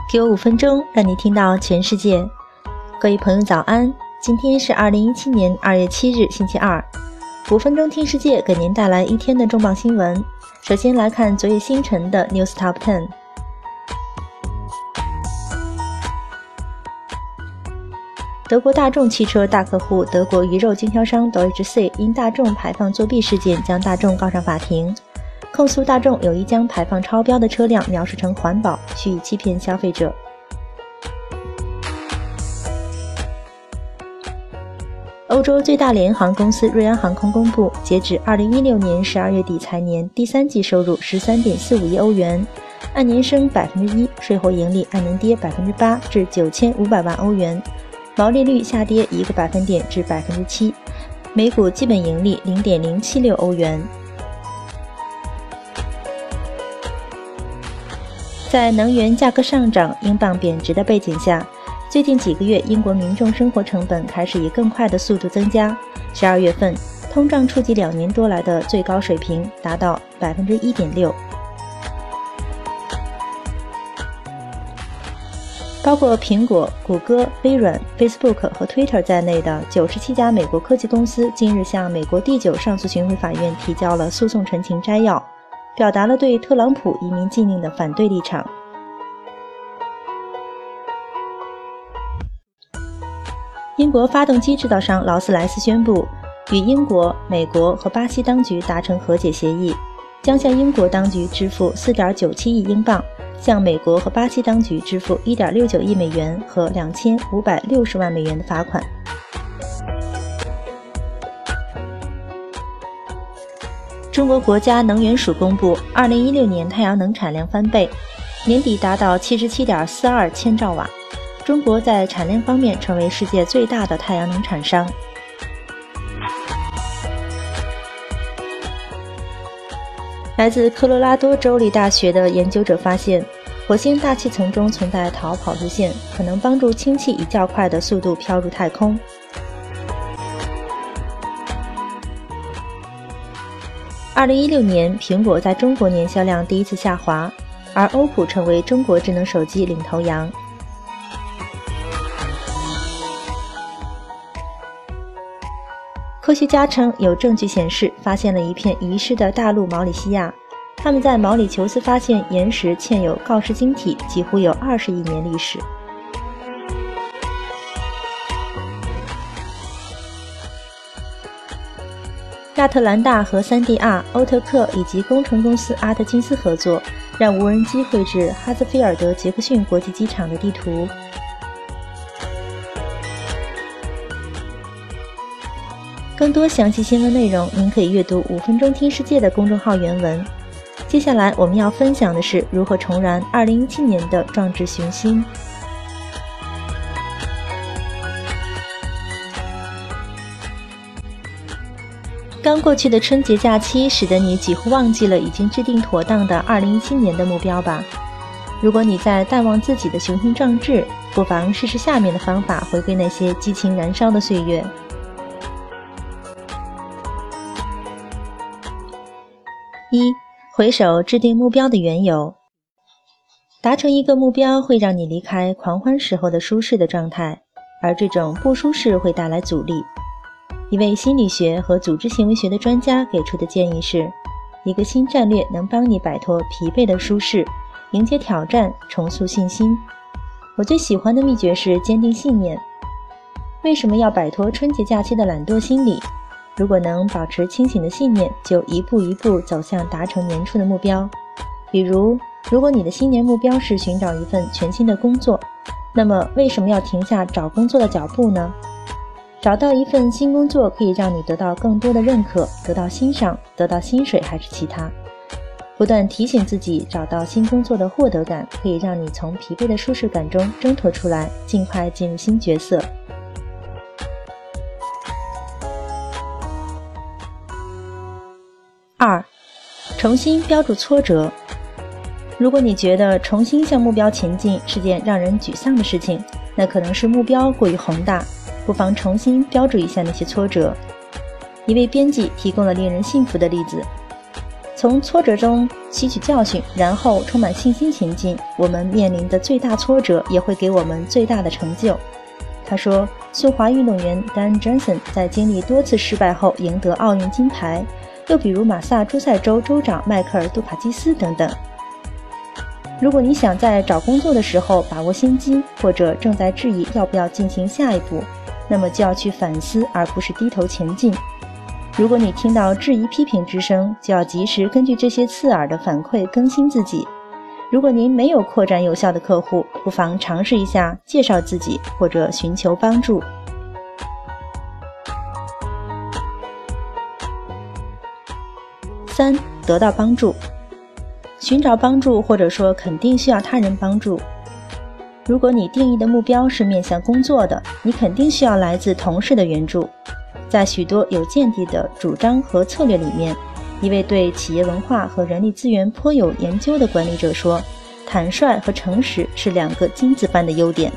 给我5分钟，让你听到全世界。各位朋友早安，今天是2017年2月7日星期二。5分钟听世界给您带来一天的重磅新闻。首先来看昨夜星辰的 News Top 10。德国大众汽车大客户德国鱼肉经销商 Deutsche See 因大众排放作弊事件将大众告上法庭，控诉大众有意将排放超标的车辆描述成环保，蓄意欺骗消费者。欧洲最大联航公司瑞安航空公布，截止2016年12月底财年第三季收入13.45亿欧元，按年升 1%， 税后盈利按年跌 8% 至9500万欧元，毛利率下跌1个百分点至 7%， 每股基本盈利 0.076 欧元。在能源价格上涨、英镑贬值的背景下，最近几个月英国民众生活成本开始以更快的速度增加。12月份，通胀触及2年多来的最高水平，达到 1.6%。包括苹果、谷歌、微软、Facebook 和 Twitter 在内的97家美国科技公司近日向美国第9上诉巡回法院提交了诉讼陈情摘要，表达了对特朗普移民禁令的反对立场。英国发动机制造商劳斯莱斯宣布，与英国、美国和巴西当局达成和解协议，将向英国当局支付 4.97 亿英镑，向美国和巴西当局支付 1.69 亿美元和2560万美元的罚款。中国国家能源署公布，2016年太阳能产量翻倍，年底达到 77.42 千兆瓦。中国在产量方面成为世界最大的太阳能产商。来自科罗拉多州立大学的研究者发现，火星大气层中存在逃跑路线，可能帮助氢气以较快的速度飘入太空。2016年，苹果在中国年销量第一次下滑，而欧普成为中国智能手机领头羊。科学家称，有证据显示发现了一片遗失的大陆毛里西亚，他们在毛里求斯发现岩石嵌有锆石晶体，几乎有20亿年历史。亚特兰大和3DR、欧特克以及工程公司阿特金斯合作，让无人机绘制哈兹菲尔德杰克逊国际机场的地图。更多详细新闻内容，您可以阅读5分钟听世界的公众号原文。接下来我们要分享的是如何重燃2017年的壮志雄心。刚过去的春节假期使得你几乎忘记了已经制定妥当的2017年的目标吧？如果你在淡忘自己的雄心壮志，不妨试试下面的方法，回归那些激情燃烧的岁月。1. 回首制定目标的缘由。达成一个目标会让你离开狂欢时候的舒适的状态，而这种不舒适会带来阻力。一位心理学和组织行为学的专家给出的建议是，一个新战略能帮你摆脱疲惫的舒适，迎接挑战，重塑信心。我最喜欢的秘诀是坚定信念。为什么要摆脱春节假期的懒惰心理？如果能保持清醒的信念，就一步一步走向达成年初的目标。比如，如果你的新年目标是寻找一份全新的工作，那么为什么要停下找工作的脚步呢？找到一份新工作可以让你得到更多的认可，得到欣赏，得到薪水还是其他。不断提醒自己找到新工作的获得感，可以让你从疲惫的舒适感中挣脱出来，尽快进入新角色。2. 重新标注挫折。如果你觉得重新向目标前进是件让人沮丧的事情，那可能是目标过于宏大，不妨重新标注一下那些挫折。一位编辑提供了令人信服的例子。 从挫折中吸取教训，然后充满信心前进。我们面临的最大挫折也会给我们最大的成就。他说，速滑运动员 Dan Johnson 在经历多次失败后赢得奥运金牌，又比如马萨诸塞州州长迈克尔·杜卡基斯等等。如果你想在找工作的时候把握先机，或者正在质疑要不要进行下一步，那么就要去反思，而不是低头前进。如果你听到质疑批评之声，就要及时根据这些刺耳的反馈更新自己。如果您没有扩展有效的客户，不妨尝试一下介绍自己或者寻求帮助。3. 得到帮助。寻找帮助，或者说肯定需要他人帮助。如果你定义的目标是面向工作的，你肯定需要来自同事的援助。在许多有见地的主张和策略里面，一位对企业文化和人力资源颇有研究的管理者说，坦率和诚实是2个金子般的优点。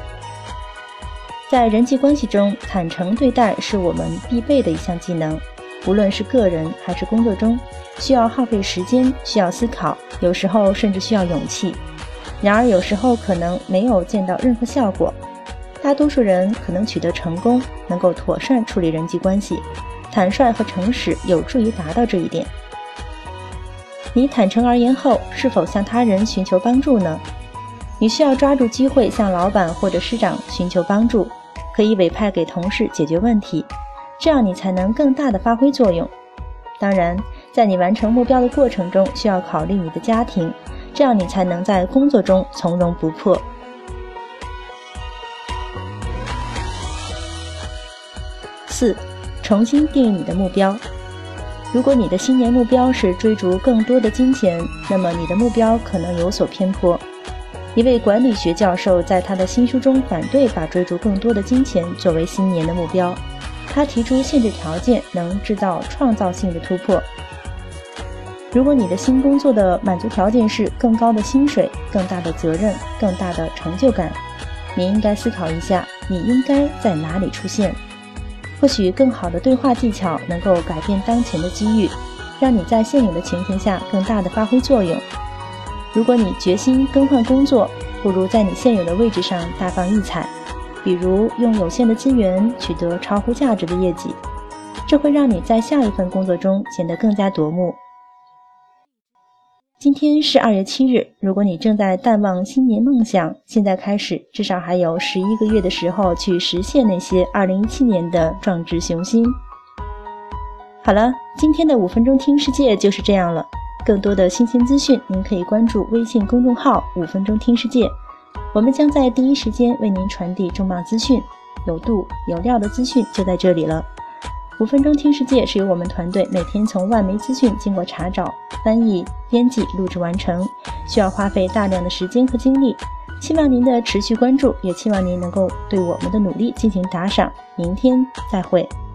在人际关系中，坦诚对待是我们必备的一项技能，无论是个人还是工作中，需要耗费时间，需要思考，有时候甚至需要勇气。然而有时候可能没有见到任何效果。大多数人可能取得成功，能够妥善处理人际关系，坦率和诚实有助于达到这一点。你坦诚而言后，是否向他人寻求帮助呢？你需要抓住机会向老板或者师长寻求帮助，可以委派给同事解决问题，这样你才能更大的发挥作用。当然，在你完成目标的过程中，需要考虑你的家庭，这样你才能在工作中从容不迫。4. 重新定义你的目标。如果你的新年目标是追逐更多的金钱，那么你的目标可能有所偏颇。一位管理学教授在他的新书中反对把追逐更多的金钱作为新年的目标，他提出限制条件能制造创造性的突破。如果你的新工作的满足条件是更高的薪水、更大的责任、更大的成就感，你应该思考一下，你应该在哪里出现。或许更好的对话技巧能够改变当前的机遇，让你在现有的情形下更大的发挥作用。如果你决心更换工作，不如在你现有的位置上大放异彩，比如用有限的资源取得超乎价值的业绩，这会让你在下一份工作中显得更加夺目。今天是2月7日，如果你正在淡忘新年梦想，现在开始至少还有11个月的时候去实现那些2017年的壮志雄心。好了，今天的5分钟听世界就是这样了。更多的新鲜资讯，您可以关注微信公众号5分钟听世界，我们将在第一时间为您传递重磅资讯，有度有料的资讯就在这里了。5分钟听世界是由我们团队每天从外媒资讯经过查找、翻译、编辑、录制完成，需要花费大量的时间和精力。希望您的持续关注，也期望您能够对我们的努力进行打赏。明天再会。